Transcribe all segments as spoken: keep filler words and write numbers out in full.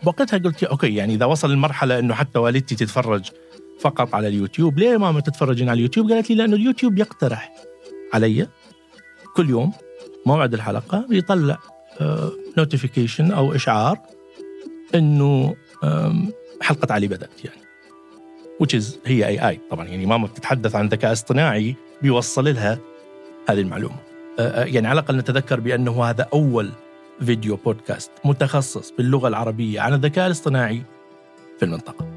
وقتها قلت أوكي، يعني إذا وصل المرحلة أنه حتى والدتي تتفرج فقط على اليوتيوب، ليه ماما تتفرجين على اليوتيوب؟ قالت لي لأنه اليوتيوب يقترح علي كل يوم موعد الحلقة، يطلع نوتيفيكيشن أو إشعار أنه حلقة علي بدأت، يعني which is هي إيه آي طبعا. يعني ماما بتتحدث عن ذكاء اصطناعي بيوصل لها هذه المعلومة. يعني على الأقل نتذكر بأنه هذا أول فيديو بودكاست متخصص باللغة العربية عن الذكاء الاصطناعي في المنطقة.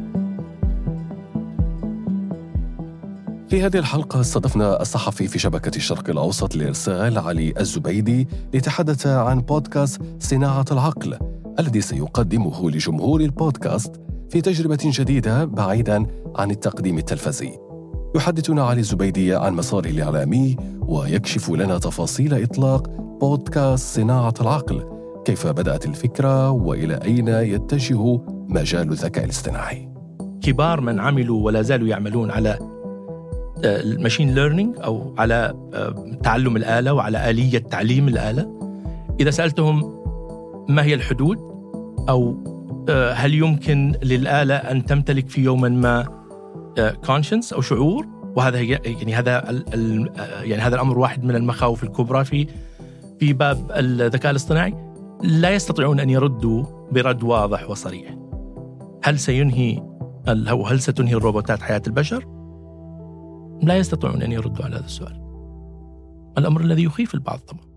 في هذه الحلقة استضفنا الصحفي في شبكة الشرق الأوسط لإرسال علي الزبيدي ليتحدث عن بودكاست صناعة العقل الذي سيقدمه لجمهور البودكاست في تجربة جديدة بعيداً عن التقديم التلفزي. يحدثنا علي الزبيدي عن مساره الإعلامي ويكشف لنا تفاصيل إطلاق بودكاست صناعة العقل، كيف بدأت الفكرة وإلى أين يتجه مجال الذكاء الاصطناعي. كبار من عملوا ولا زالوا يعملون على الماشين ليرنينج أو على تعلم الآلة وعلى آلية تعليم الآلة، إذا سألتهم ما هي الحدود أو هل يمكن للآلة أن تمتلك في يوم ما conscience أو شعور، وهذا يعني هذا يعني هذا الأمر واحد من المخاوف الكبرى في في باب الذكاء الاصطناعي، لا يستطيعون أن يردوا برد واضح وصريح. هل سينهي أو هل ستنهي الروبوتات حياة البشر؟ لا يستطيعون أن يردوا على هذا السؤال، الأمر الذي يخيف البعض طبعا.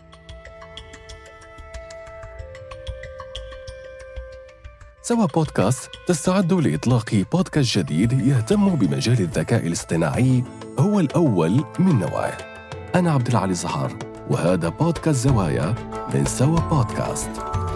سوا بودكاست تستعد لإطلاق بودكاست جديد يهتم بمجال الذكاء الاصطناعي، هو الأول من نوعه. أنا عبد العلي الزهار، وهذا بودكاست زوايا من سوا بودكاست.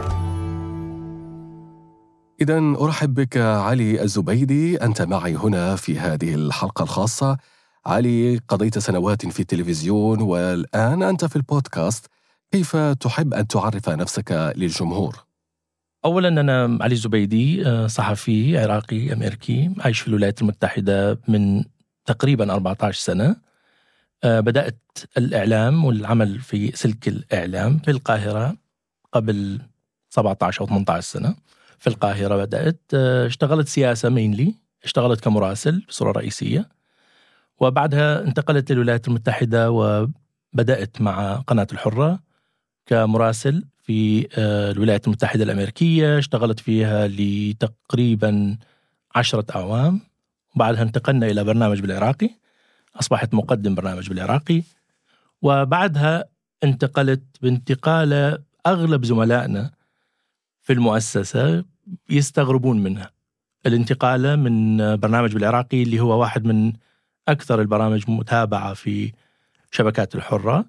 إذن أرحب بك علي الزبيدي، أنت معي هنا في هذه الحلقة الخاصة. علي، قضيت سنوات في التلفزيون والآن أنت في البودكاست، كيف تحب أن تعرف نفسك للجمهور؟ أولاً أنا علي الزبيدي، صحفي عراقي أمريكي عايش في الولايات المتحدة من تقريباً أربعة عشر سنة. بدأت الإعلام والعمل في سلك الإعلام في القاهرة قبل سبعة عشر أو ثمانية عشر سنة. في القاهرة بدأت، اشتغلت سياسة مينلي، اشتغلت كمراسل بصورة رئيسية، وبعدها انتقلت للولايات المتحدة وبدأت مع قناة الحرة كمراسل في الولايات المتحدة الأمريكية. اشتغلت فيها لتقريبا عشرة أعوام، وبعدها انتقلنا إلى برنامج بالعراقي، أصبحت مقدم برنامج بالعراقي، وبعدها انتقلت بانتقالة أغلب زملائنا في المؤسسة يستغربون منها، الانتقالة من برنامج بالعراقي اللي هو واحد من أكثر البرامج متابعة في شبكات الحرة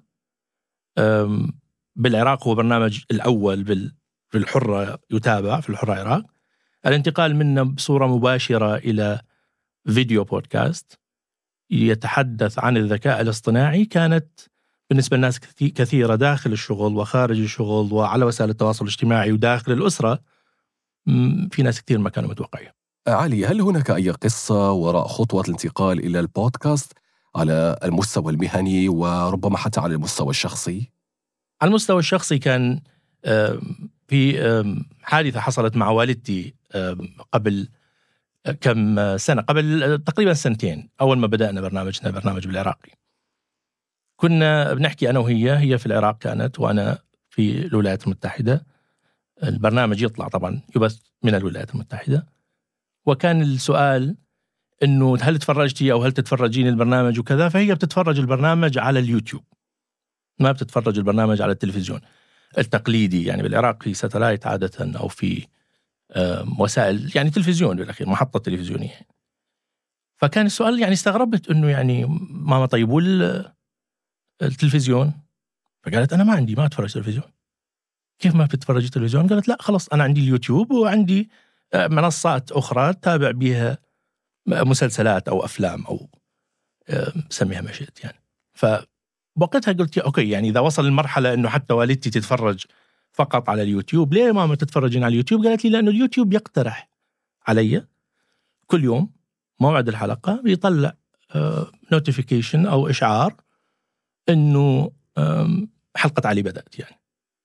بالعراق، هو برنامج الأول بالحرة يتابع في الحرة عراق. الانتقال منه بصورة مباشرة إلى فيديو بودكاست يتحدث عن الذكاء الاصطناعي كانت بالنسبة للناس كثيرة داخل الشغل وخارج الشغل وعلى وسائل التواصل الاجتماعي وداخل الأسرة، في ناس كثير ما كانوا متوقعين. علي، هل هناك أي قصة وراء خطوة الانتقال إلى البودكاست على المستوى المهني وربما حتى على المستوى الشخصي؟ على المستوى الشخصي كان في حادثة حصلت مع والدتي قبل كم سنة، قبل تقريبا سنتين، أول ما بدأنا برنامجنا برنامج بالعراقي. كنا بنحكي أنا وهي، هي في العراق كانت وأنا في الولايات المتحدة. البرنامج يطلع طبعا يبث من الولايات المتحدة، وكان السؤال إنه هل تفرجتي أو هل تتفرجين البرنامج وكذا، فهي بتتفرج البرنامج على اليوتيوب، ما بتتفرج البرنامج على التلفزيون التقليدي. يعني بالعراق في ساتلايت عادة أو في وسائل يعني تلفزيون بالأخير، محطة تلفزيونية. فكان السؤال يعني استغربت إنه يعني ماما طيب والتلفزيون؟ فقالت أنا ما عندي، ما أتفرج تلفزيون. كيف ما بتتفرج التلفزيون؟ قالت لا خلاص أنا عندي اليوتيوب وعندي منصات أخرى تابع بها مسلسلات أو أفلام أو سميها ما شئت يعني. فوقتها قلت أوكي، يعني إذا وصل المرحلة إنه حتى والدتي تتفرج فقط على اليوتيوب، ليه ماما تتفرجين على اليوتيوب؟ قالت لي لأنه اليوتيوب يقترح علي كل يوم موعد الحلقة، بيطلع نوتيفيكيشن أو إشعار إنه حلقة علي بدأت يعني.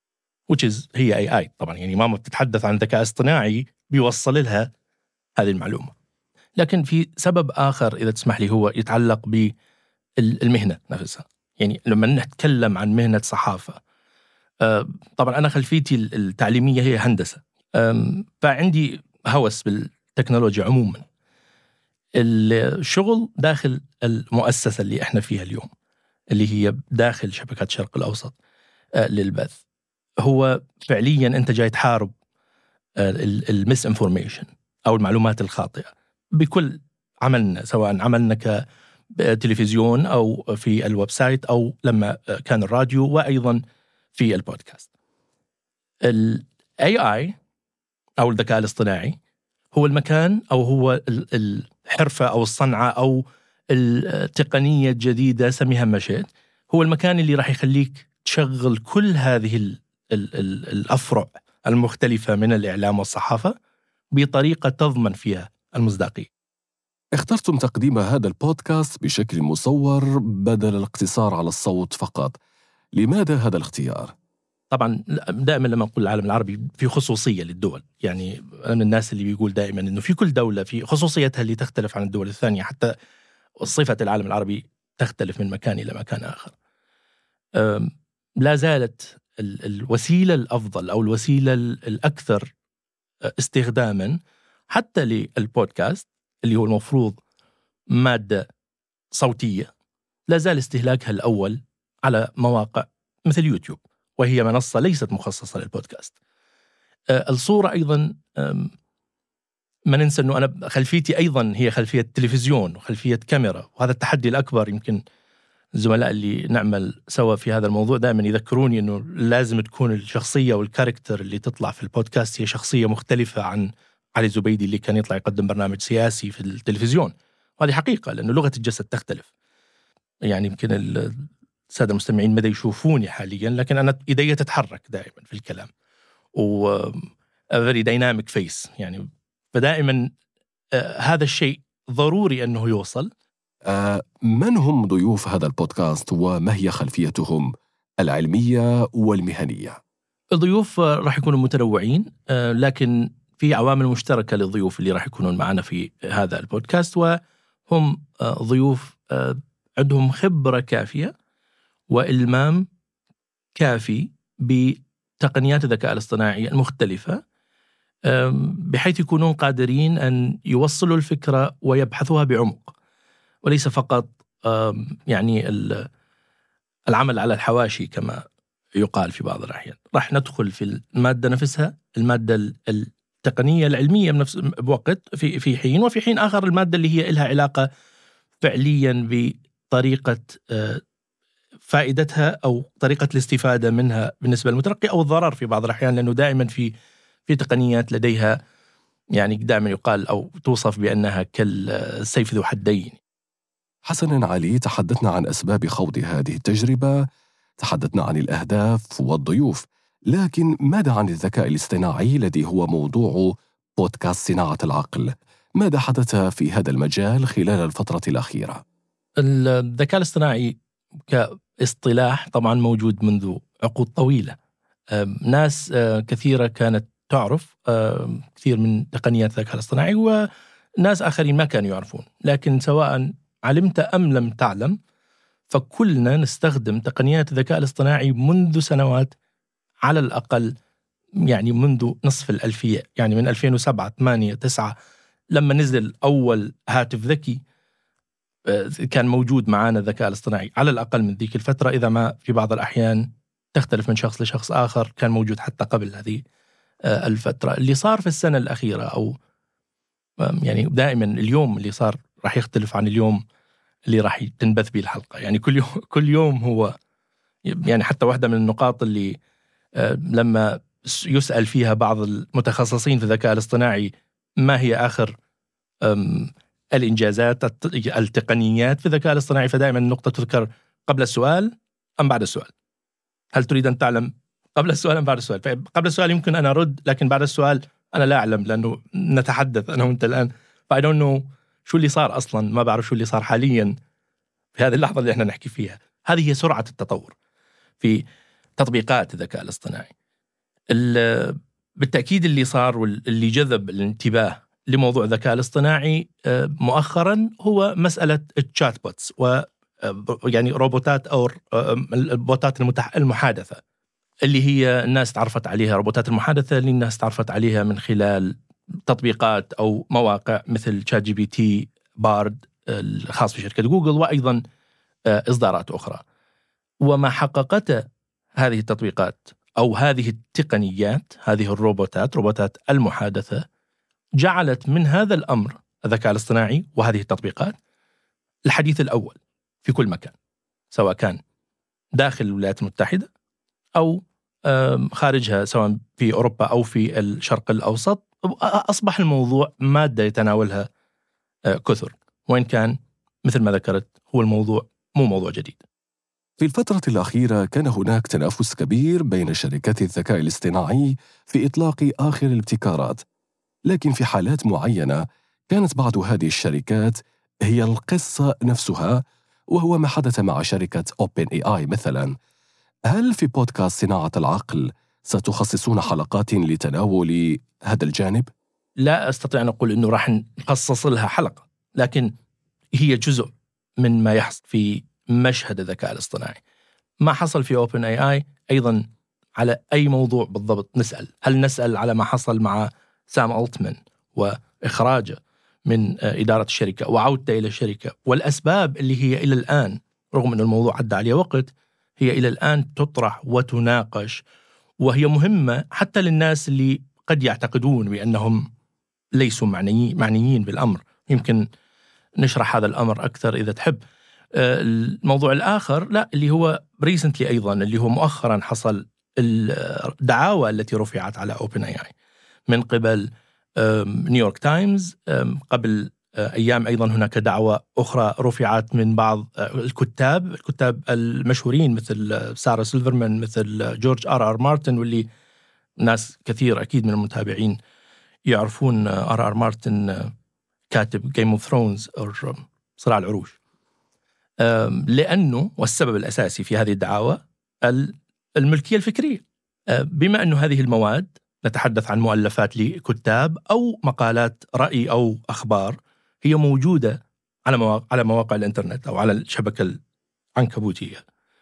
which is هي إيه آي طبعا. يعني ماما بتتحدث عن ذكاء اصطناعي بيوصل لها هذه المعلومة. لكن في سبب آخر إذا تسمح لي هو يتعلق بالمهنة نفسها. يعني لما نتكلم عن مهنة صحافة، طبعا أنا خلفيتي التعليمية هي هندسة، فعندي هوس بالتكنولوجيا عموما. الشغل داخل المؤسسة اللي احنا فيها اليوم اللي هي داخل شبكات الشرق الأوسط للبث، هو فعليا أنت جاي تحارب الميس انفورميشن أو المعلومات الخاطئة بكل عملنا، سواء عملنا كتلفزيون أو في الويب سايت أو لما كان الراديو وأيضا في البودكاست. ال إيه آي أو الذكاء الاصطناعي هو المكان أو هو الحرفة أو الصنعة أو التقنية الجديدة، سميها ما شئت، هو المكان اللي راح يخليك تشغل كل هذه ال ال ال الأفرع المختلفة من الإعلام والصحافة بطريقة تضمن فيها المصداقية. اخترتم تقديم هذا البودكاست بشكل مصور بدل الاقتصار على الصوت فقط. لماذا هذا الاختيار؟ طبعا دائما لما نقول العالم العربي في خصوصية للدول، يعني أنا من الناس اللي بيقول دائما أنه في كل دولة في خصوصيتها اللي تختلف عن الدول الثانية، حتى صفة العالم العربي تختلف من مكان إلى مكان آخر. لا زالت الوسيلة الأفضل أو الوسيلة الأكثر استخداما حتى للبودكاست اللي هو المفروض مادة صوتية، لا زال استهلاكها الأول على مواقع مثل يوتيوب، وهي منصة ليست مخصصة للبودكاست. الصورة أيضا ما ننسى أنه أنا خلفيتي أيضا هي خلفية تلفزيون وخلفية كاميرا، وهذا التحدي الأكبر. يمكن الزملاء اللي نعمل سوا في هذا الموضوع دائما يذكروني أنه لازم تكون الشخصية والكاركتر اللي تطلع في البودكاست هي شخصية مختلفة عن علي زبيدي اللي كان يطلع يقدم برنامج سياسي في التلفزيون. وهذه حقيقة لأنه لغة الجسد تختلف. يعني يمكن السادة المستمعين ماذا يشوفوني حاليا، لكن أنا إيدي تتحرك دائما في الكلام و a very dynamic face. يعني فدائما آه هذا الشيء ضروري أنه يوصل. آه من هم ضيوف هذا البودكاست وما هي خلفيتهم العلمية والمهنية؟ الضيوف آه راح يكونوا متنوعين، آه لكن في عوامل مشتركة للضيوف اللي راح يكونون معنا في هذا البودكاست، وهم آه ضيوف آه عندهم خبرة كافية وإلمام كافي بتقنيات الذكاء الاصطناعي المختلفة، بحيث يكونون قادرين أن يوصلوا الفكرة ويبحثوها بعمق، وليس فقط يعني العمل على الحواشي كما يقال في بعض الأحيان. راح ندخل في المادة نفسها، المادة التقنية العلمية بنفس بوقت في في حين، وفي حين آخر المادة اللي هي لها علاقة فعليا بطريقة فائدتها أو طريقة الاستفادة منها بالنسبة للمتلقي، أو الضرر في بعض الأحيان، لأنه دائما في في تقنيات لديها يعني دائما يقال أو توصف بأنها كالسيف ذو حدين. حسناً علي، تحدثنا عن أسباب خوض هذه التجربة، تحدثنا عن الأهداف والضيوف، لكن ماذا عن الذكاء الاصطناعي الذي هو موضوع بودكاست صناعة العقل؟ ماذا حدث في هذا المجال خلال الفترة الأخيرة؟ الذكاء الاصطناعي كاصطلاح طبعا موجود منذ عقود طويلة. ناس كثيرة كانت تعرف كثير من تقنيات الذكاء الاصطناعي، وناس آخرين ما كانوا يعرفون. لكن سواء علمت أم لم تعلم فكلنا نستخدم تقنيات الذكاء الاصطناعي منذ سنوات، على الأقل يعني منذ نصف الألفية، يعني من ألفين وسبعة ثمانية تسعة لما نزل أول هاتف ذكي كان موجود معانا الذكاء الاصطناعي على الأقل من ذيك الفترة، إذا ما في بعض الأحيان تختلف من شخص لشخص آخر كان موجود حتى قبل هذه الفترة. اللي صار في السنة الأخيرة أو يعني دائما اليوم اللي صار راح يختلف عن اليوم اللي راح تنبث به الحلقة. يعني كل يوم كل يوم هو يعني حتى واحدة من النقاط اللي لما يسأل فيها بعض المتخصصين في الذكاء الاصطناعي ما هي آخر الإنجازات التقنيات في الذكاء الاصطناعي، فدائما النقطة تذكر قبل السؤال أم بعد السؤال. هل تريد أن تعلم قبل السؤال أم بعد السؤال؟ قبل السؤال يمكن أنا أرد، لكن بعد السؤال أنا لا أعلم، لأنه نتحدث أنا وأنت الآن، فI don't know شو اللي صار أصلا، ما بعرف شو اللي صار حاليا في هذه اللحظة اللي احنا نحكي فيها. هذه هي سرعة التطور في تطبيقات الذكاء الاصطناعي. بالتأكيد اللي صار واللي جذب الانتباه لموضوع الذكاء الاصطناعي مؤخرا هو مسألة الشات بوتس، و يعني روبوتات أو البوتات المحادثة اللي هي الناس تعرفت عليها. روبوتات المحادثة اللي الناس تعرفت عليها من خلال تطبيقات أو مواقع مثل شات جي بي تي، بارد الخاص بشركة جوجل، وأيضا إصدارات أخرى. وما حققته هذه التطبيقات أو هذه التقنيات، هذه الروبوتات، روبوتات المحادثة، جعلت من هذا الأمر الذكاء الاصطناعي وهذه التطبيقات الحديث الأول في كل مكان، سواء كان داخل الولايات المتحدة أو خارجها، سواء في أوروبا أو في الشرق الأوسط. أصبح الموضوع مادة يتناولها كثر، وإن كان مثل ما ذكرت هو الموضوع مو موضوع جديد. في الفترة الأخيرة كان هناك تنافس كبير بين شركات الذكاء الاصطناعي في إطلاق آخر الابتكارات، لكن في حالات معينة كانت بعض هذه الشركات هي القصة نفسها، وهو ما حدث مع شركة أوبن إي آي مثلاً. هل في بودكاست صناعة العقل ستخصصون حلقات لتناول هذا الجانب؟ لا أستطيع أن أقول أنه راح نخصص لها حلقة، لكن هي جزء من ما يحصل في مشهد الذكاء الاصطناعي. ما حصل في أوبن إي آي أيضا على أي موضوع بالضبط نسأل. هل نسأل على ما حصل مع سام ألتمان وإخراجه من إدارة الشركة وعودته إلى الشركة، والأسباب اللي هي إلى الآن رغم أن الموضوع عدى عليه وقت هي إلى الآن تطرح وتناقش، وهي مهمة حتى للناس اللي قد يعتقدون بأنهم ليسوا معنيين معنيين بالأمر. يمكن نشرح هذا الأمر أكثر إذا تحب. الموضوع الآخر لا اللي هو ريسنتلي أيضا، اللي هو مؤخرا حصل الدعاوى التي رفعت على أوبن إي آي من قبل نيويورك تايمز. قبل أيام أيضا هناك دعوة أخرى رفعت من بعض الكتاب الكتاب المشهورين مثل سارة سيلفرمان، مثل جورج آر آر مارتن، واللي ناس كثير أكيد من المتابعين يعرفون آر آر مارتن كاتب جيم اوف ثرونز أو صراع العروش. لأنه والسبب الأساسي في هذه الدعاوى الملكية الفكرية، بما أنه هذه المواد نتحدث عن مؤلفات لكتاب أو مقالات رأي أو أخبار هي موجودة على مواقع على مواقع الإنترنت أو على الشبكة العنكبوتية.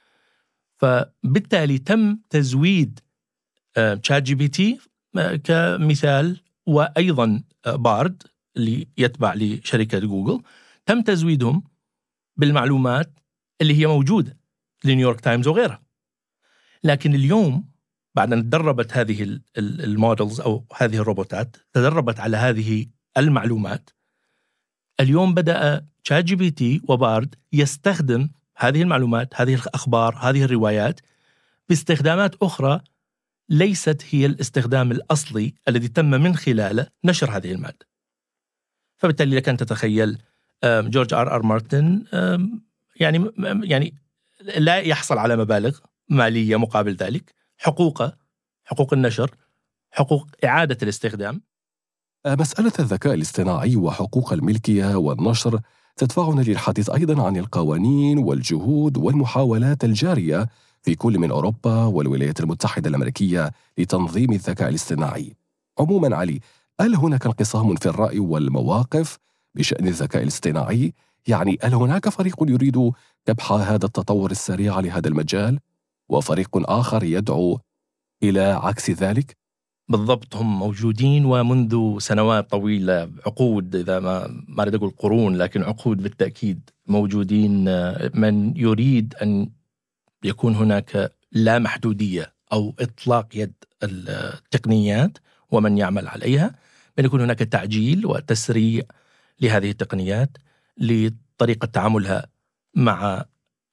فبالتالي تم تزويد شات جي بي تي كمثال، وأيضا بارد اللي يتبع لشركة جوجل، تم تزويدهم بالمعلومات اللي هي موجودة لنيويورك تايمز وغيرها. لكن اليوم بعد أن تدربت هذه المودلز أو هذه الروبوتات تدربت على هذه المعلومات، اليوم بدأ شات جي بي تي وبارد يستخدم هذه المعلومات، هذه الأخبار، هذه الروايات باستخدامات أخرى ليست هي الاستخدام الأصلي الذي تم من خلاله نشر هذه المادة. فبالتالي لك أن تتخيل جورج آر آر مارتن يعني يعني لا يحصل على مبالغ مالية مقابل ذلك، حقوقه، حقوق النشر، حقوق إعادة الاستخدام. مسألة الذكاء الاصطناعي وحقوق الملكية والنشر تدفعنا للحديث أيضاً عن القوانين والجهود والمحاولات الجارية في كل من أوروبا والولايات المتحدة الأمريكية لتنظيم الذكاء الاصطناعي. عموماً علي، هل هناك انقسام في الرأي والمواقف بشأن الذكاء الاصطناعي؟ يعني هل هناك فريق يريد كبح هذا التطور السريع لهذا المجال وفريق آخر يدعو إلى عكس ذلك؟ بالضبط، هم موجودين ومنذ سنوات طويلة، عقود، إذا ما ما أريد أقول قرون لكن عقود بالتأكيد موجودين. من يريد أن يكون هناك لا محدودية أو إطلاق يد التقنيات ومن يعمل عليها، بأن يكون هناك تعجيل وتسريع لهذه التقنيات لطريقة تعاملها مع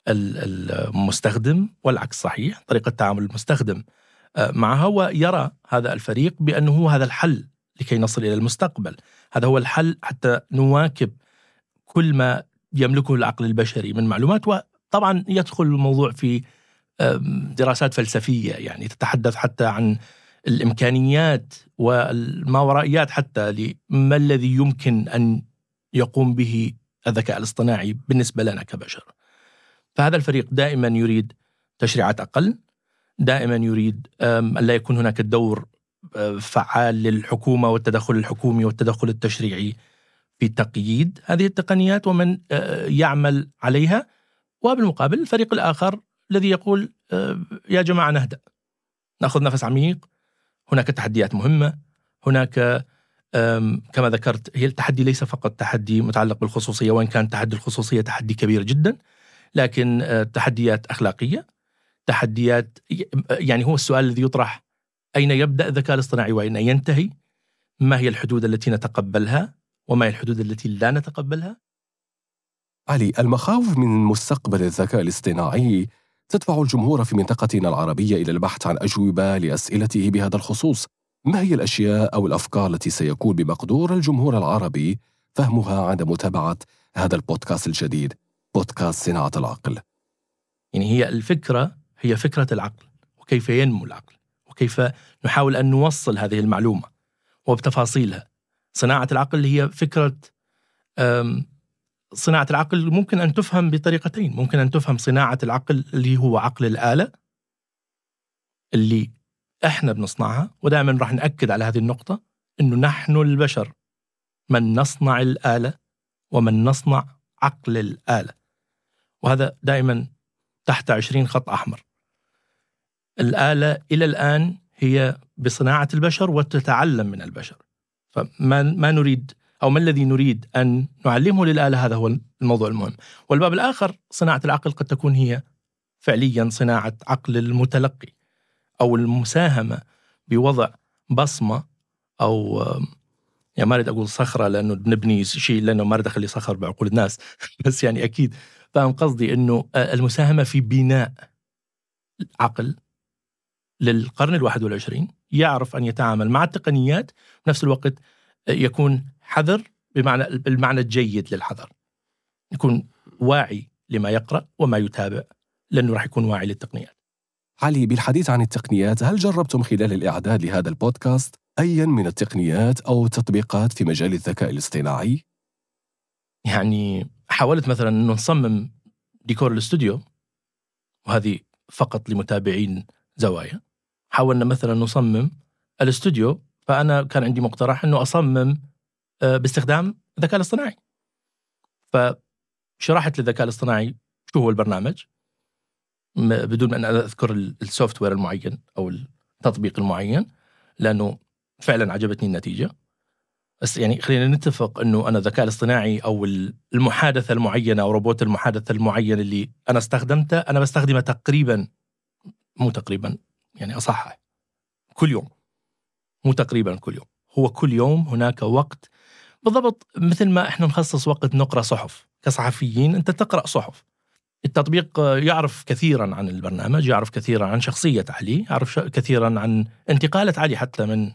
المستخدم، والعكس صحيح، طريقة تعامل المستخدم معها. ويرى هذا الفريق بأنه هذا الحل لكي نصل إلى المستقبل، هذا هو الحل حتى نواكب كل ما يملكه العقل البشري من معلومات. وطبعا يدخل الموضوع في دراسات فلسفية، يعني تتحدث حتى عن الإمكانيات والماورائيات حتى لما الذي يمكن أن يقوم به الذكاء الاصطناعي بالنسبة لنا كبشر. فهذا الفريق دائما يريد تشريعات أقل، دائما يريد أن لا يكون هناك الدور فعال للحكومة والتدخل الحكومي والتدخل التشريعي في تقييد هذه التقنيات ومن يعمل عليها، وبالمقابل الفريق الآخر الذي يقول يا جماعة نهدأ، نأخذ نفس عميق، هناك تحديات مهمة، هناك كما ذكرت هي التحدي ليس فقط تحدي متعلق بالخصوصية، وإن كان تحدي الخصوصية تحدي كبير جدا، لكن تحديات أخلاقية، تحديات يعني هو السؤال الذي يطرح: أين يبدأ الذكاء الاصطناعي وأين ينتهي؟ ما هي الحدود التي نتقبلها وما هي الحدود التي لا نتقبلها؟ علي، المخاوف من مستقبل الذكاء الاصطناعي تدفع الجمهور في منطقتنا العربية إلى البحث عن أجوبة لأسئلته بهذا الخصوص. ما هي الأشياء أو الأفكار التي سيكون بمقدور الجمهور العربي فهمها عند متابعة هذا البودكاست الجديد، بودكاست صناعة العقل؟ يعني هي الفكرة هي فكرة العقل، وكيف ينمو العقل، وكيف نحاول أن نوصل هذه المعلومة وبتفاصيلها. صناعة العقل هي فكرة صناعة العقل ممكن أن تفهم بطريقتين. ممكن أن تفهم صناعة العقل اللي هو عقل الآلة اللي إحنا بنصنعها، ودائما راح نأكد على هذه النقطة إنه نحن البشر من نصنع الآلة ومن نصنع عقل الآلة، وهذا دائما تحت عشرين خط أحمر. الآلة إلى الآن هي بصناعة البشر وتتعلم من البشر، فما ما نريد أو ما الذي نريد أن نعلمه للآلة، هذا هو الموضوع المهم. والباب الآخر صناعة العقل قد تكون هي فعليا صناعة عقل المتلقي أو المساهمة بوضع بصمة أو يعني ما أريد أقول صخرة لأنه نبني شيء، لأنه ما أريد أخلي صخر بعقول الناس بس يعني أكيد فهم قصدي، أنه المساهمة في بناء عقل للقرن الواحد والعشرين يعرف أن يتعامل مع التقنيات، في نفس الوقت يكون حذر بمعنى المعنى الجيد للحذر، يكون واعي لما يقرأ وما يتابع، لأنه راح يكون واعي للتقنيات. علي، بالحديث عن التقنيات، هل جربتم خلال الإعداد لهذا البودكاست أيا من التقنيات أو تطبيقات في مجال الذكاء الاصطناعي؟ يعني حاولت مثلا أنه نصمم ديكور الاستوديو، وهذه فقط لمتابعين زوايا. حاولنا مثلا نصمم الاستوديو، فأنا كان عندي مقترح أنه أصمم باستخدام الذكاء الاصطناعي، فشرحت للذكاء الاصطناعي شو هو البرنامج بدون أن أذكر السوفت وير المعين أو التطبيق المعين، لأنه فعلا عجبتني النتيجة. بس يعني خلينا نتفق أنه أنا الذكاء الاصطناعي أو المحادثة المعينة أو روبوت المحادثة المعين اللي أنا استخدمته، أنا بستخدمه تقريبا مو تقريبا يعني أصحح كل يوم، مو تقريبا كل يوم، هو كل يوم هناك وقت بالضبط، مثل ما إحنا نخصص وقت نقرأ صحف كصحفيين، أنت تقرأ صحف. التطبيق يعرف كثيرا عن البرنامج، يعرف كثيرا عن شخصية علي، يعرف كثيرا عن انتقالة علي حتى من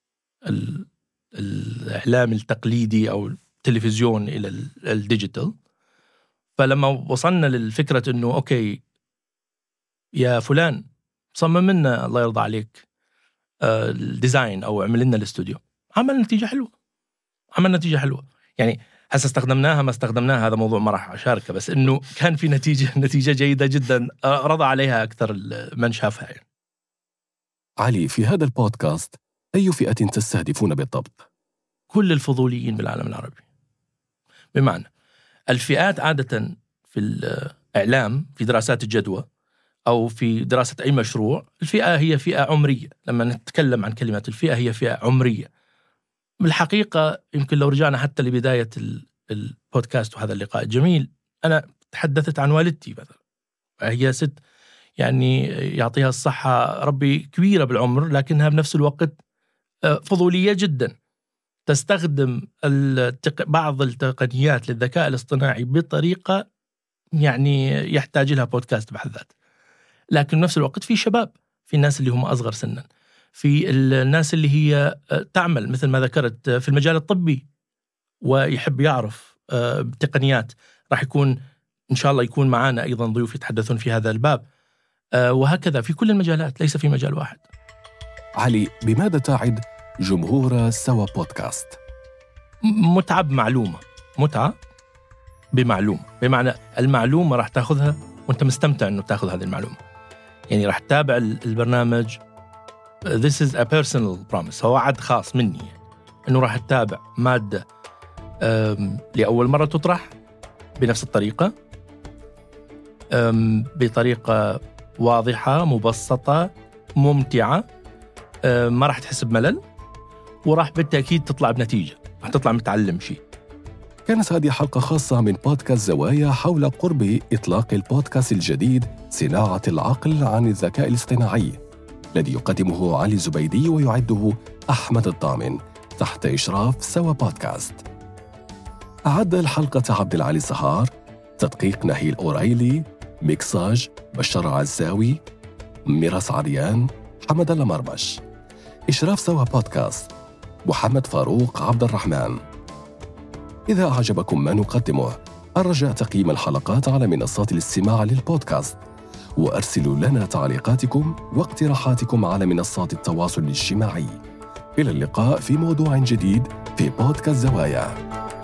الإعلام التقليدي أو التلفزيون إلى الديجيتال. فلما وصلنا للفكرة أنه أوكي يا فلان صمم لنا الله يرضى عليك الديزاين أو عمل لنا الاستوديو، عمل نتيجة حلوة، عمل نتيجة حلوة. يعني هسه استخدمناها ما استخدمناها هذا موضوع ما راح أشاركه، بس إنه كان في نتيجة نتيجة جيدة جدا رضى عليها أكثر من شافها يعني. علي، في هذا البودكاست أي فئة تستهدفون بالضبط؟ كل الفضوليين بالعالم العربي، بمعنى الفئات عادة في الإعلام في دراسات الجدوى أو في دراسة أي مشروع، الفئة هي فئة عمرية. لما نتكلم عن كلمة الفئة هي فئة عمرية. بالحقيقة يمكن لو رجعنا حتى لبداية البودكاست وهذا اللقاء الجميل، أنا تحدثت عن والدتي مثلا، هي ست يعني يعطيها الصحة ربي كبيرة بالعمر، لكنها بنفس الوقت فضولية جدا، تستخدم التق... بعض التقنيات للذكاء الاصطناعي بطريقة يعني يحتاج لها بودكاست بحد ذات. لكن بنفس الوقت في شباب، في الناس اللي هم أصغر سنا، في الناس اللي هي تعمل مثل ما ذكرت في المجال الطبي ويحب يعرف تقنيات. راح يكون إن شاء الله يكون معنا أيضا ضيوف يتحدثون في هذا الباب، وهكذا في كل المجالات، ليس في مجال واحد. علي، بماذا تعد جمهور سوا بودكاست؟ متعة بمعلومة، متعة بمعلومة، بمعنى المعلومة راح تأخذها وأنت مستمتع أنه تأخذ هذه المعلومة. يعني راح تتابع البرنامج. This is a personal promise. هو وعد خاص مني يعني. أنه راح تتابع مادة لأول مرة تطرح بنفس الطريقة، بطريقة واضحة مبسطة ممتعة، ما راح تحس بملل، وراح بالتأكيد تطلع بنتيجة، راح تطلع متعلم شيء. كانت هذه حلقة خاصة من بودكاست زوايا حول قرب إطلاق البودكاست الجديد صناعة العقل عن الذكاء الاصطناعي، الذي يقدمه علي الزبيدي ويعده أحمد الضامن تحت إشراف سوا بودكاست. أعد الحلقة عبد العالي السهار، تدقيق نهيل أوريلي، ميكساج بشار عزاوي، ميراس عريان، حمد الله مرمش. إشراف سوا بودكاست محمد فاروق عبد الرحمن. إذا أعجبكم ما نقدمه، الرجاء تقييم الحلقات على منصات الاستماع للبودكاست، وأرسلوا لنا تعليقاتكم واقتراحاتكم على منصات التواصل الاجتماعي. إلى اللقاء في موضوع جديد في بودكاست زوايا.